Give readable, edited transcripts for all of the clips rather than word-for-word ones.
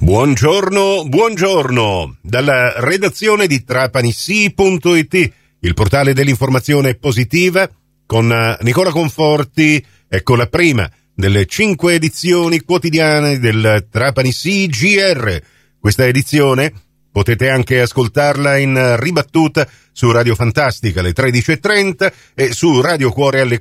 Buongiorno, buongiorno. Dalla redazione di TrapaniSì.it, il portale dell'informazione positiva, con Nicola Conforti, ecco la prima delle 5 edizioni quotidiane del Trapani GR. Questa edizione potete anche ascoltarla in ribattuta su Radio Fantastica alle 13.30 e su Radio Cuore alle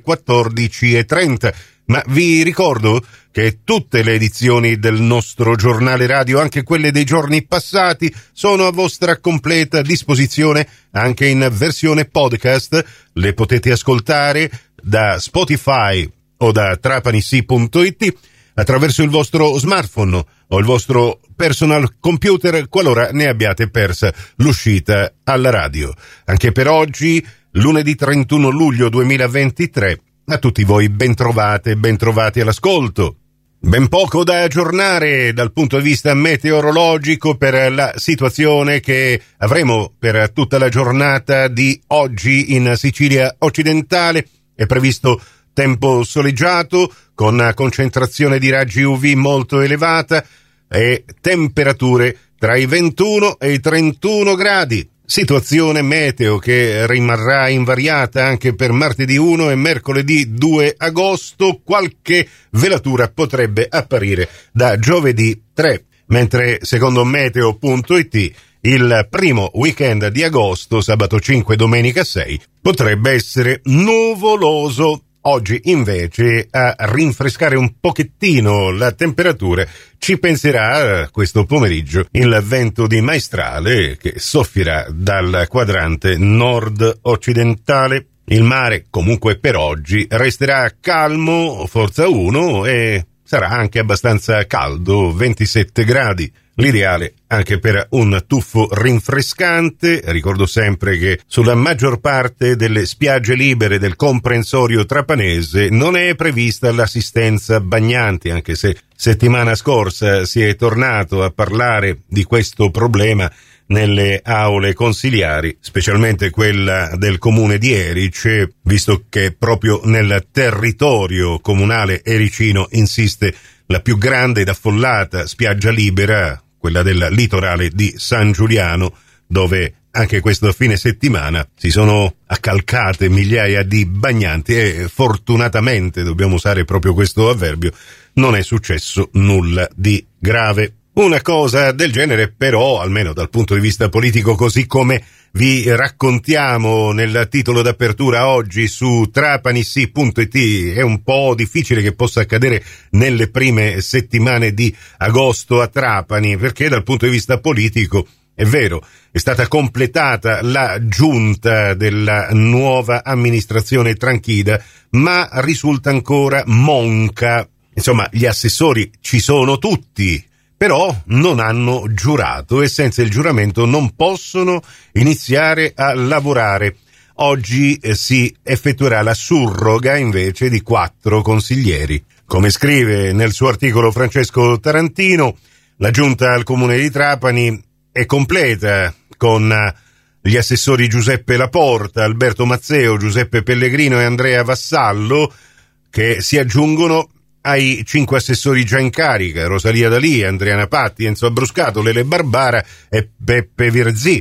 14.30. Ma vi ricordo che tutte le edizioni del nostro giornale radio, anche quelle dei giorni passati, sono a vostra completa disposizione anche in versione podcast. Le potete ascoltare da Spotify o da TrapaniSì.it attraverso il vostro smartphone o il vostro personal computer, qualora ne abbiate persa l'uscita alla radio. Anche per oggi, lunedì 31 luglio 2023, a tutti voi bentrovate e bentrovati all'ascolto. Ben poco da aggiornare dal punto di vista meteorologico per la situazione che avremo per tutta la giornata di oggi in Sicilia occidentale. È previsto tempo soleggiato con concentrazione di raggi UV molto elevata e temperature tra i 21 e i 31 gradi. Situazione meteo che rimarrà invariata anche per martedì 1 e mercoledì 2 agosto. Qualche velatura potrebbe apparire da giovedì 3, mentre secondo meteo.it il primo weekend di agosto, sabato 5 domenica 6, potrebbe essere nuvoloso. Oggi invece a rinfrescare un pochettino la temperatura ci penserà questo pomeriggio il vento di maestrale che soffierà dal quadrante nord-occidentale. Il mare comunque per oggi resterà calmo, forza 1, e sarà anche abbastanza caldo, 27 gradi. L'ideale anche per un tuffo rinfrescante. Ricordo sempre che sulla maggior parte delle spiagge libere del comprensorio trapanese non è prevista l'assistenza bagnanti, anche se settimana scorsa si è tornato a parlare di questo problema nelle aule consiliari, specialmente quella del comune di Erice, visto che proprio nel territorio comunale ericino insiste la più grande ed affollata spiaggia libera, quella del litorale di San Giuliano, dove anche questo fine settimana si sono accalcate migliaia di bagnanti e fortunatamente, dobbiamo usare proprio questo avverbio, non è successo nulla di grave. Una cosa del genere però, almeno dal punto di vista politico, così come vi raccontiamo nel titolo d'apertura oggi su TrapaniSì.it, è un po' difficile che possa accadere nelle prime settimane di agosto a Trapani, perché dal punto di vista politico, è vero, è stata completata la giunta della nuova amministrazione Tranchida, ma risulta ancora monca. Insomma, gli assessori ci sono tutti, però non hanno giurato e senza il giuramento non possono iniziare a lavorare. Oggi si effettuerà la surroga invece di 4 consiglieri. Come scrive nel suo articolo Francesco Tarantino, la giunta al comune di Trapani è completa con gli assessori Giuseppe Laporta, Alberto Mazzeo, Giuseppe Pellegrino e Andrea Vassallo, che si aggiungono ai 5 assessori già in carica: Rosalia D'Alì, Andrea Patti, Enzo Abbruscato, Lele Barbara e Beppe Virzì.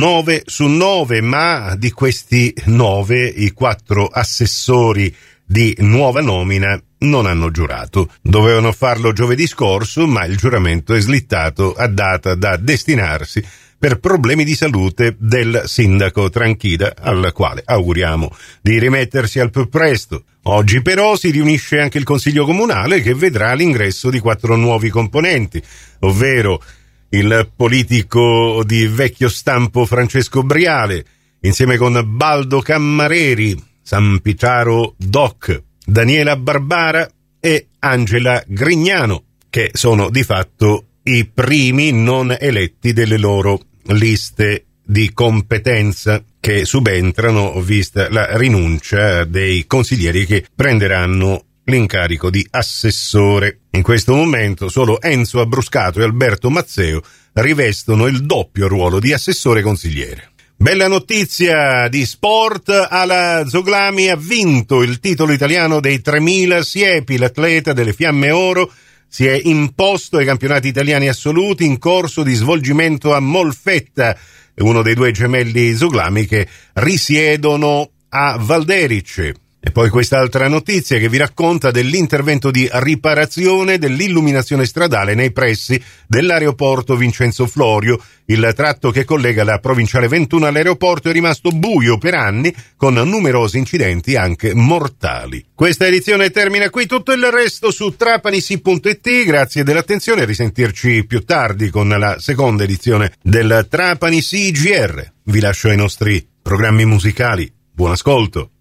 9 su 9, ma di questi 9 i 4 assessori di nuova nomina non hanno giurato. Dovevano farlo giovedì scorso, ma il giuramento è slittato a data da destinarsi per problemi di salute del sindaco Tranchida, al quale auguriamo di rimettersi al più presto. Oggi però si riunisce anche il Consiglio Comunale, che vedrà l'ingresso di 4 nuovi componenti, ovvero il politico di vecchio stampo Francesco Briale, insieme con Baldo Cammareri, Sampitaro Doc, Daniela Barbara e Angela Grignano, che sono di fatto i primi non eletti delle loro liste di competenza, che subentrano vista la rinuncia dei consiglieri che prenderanno l'incarico di assessore. In questo momento solo Enzo Abbruscato e Alberto Mazzeo rivestono il doppio ruolo di assessore consigliere. Bella notizia di sport: Ala Zoglami ha vinto il titolo italiano dei 3000 siepi. L'atleta delle Fiamme Oro si è imposto ai campionati italiani assoluti in corso di svolgimento a Molfetta, uno dei due gemelli Zuglami che risiedono a Valderice. E poi quest'altra notizia che vi racconta dell'intervento di riparazione dell'illuminazione stradale nei pressi dell'aeroporto Vincenzo Florio. Il tratto che collega la provinciale 21 all'aeroporto è rimasto buio per anni, con numerosi incidenti anche mortali. Questa edizione termina qui, tutto il resto su trapanisi.it. Grazie dell'attenzione, a risentirci più tardi con la seconda edizione del Trapanisi GR. Vi lascio ai nostri programmi musicali. Buon ascolto.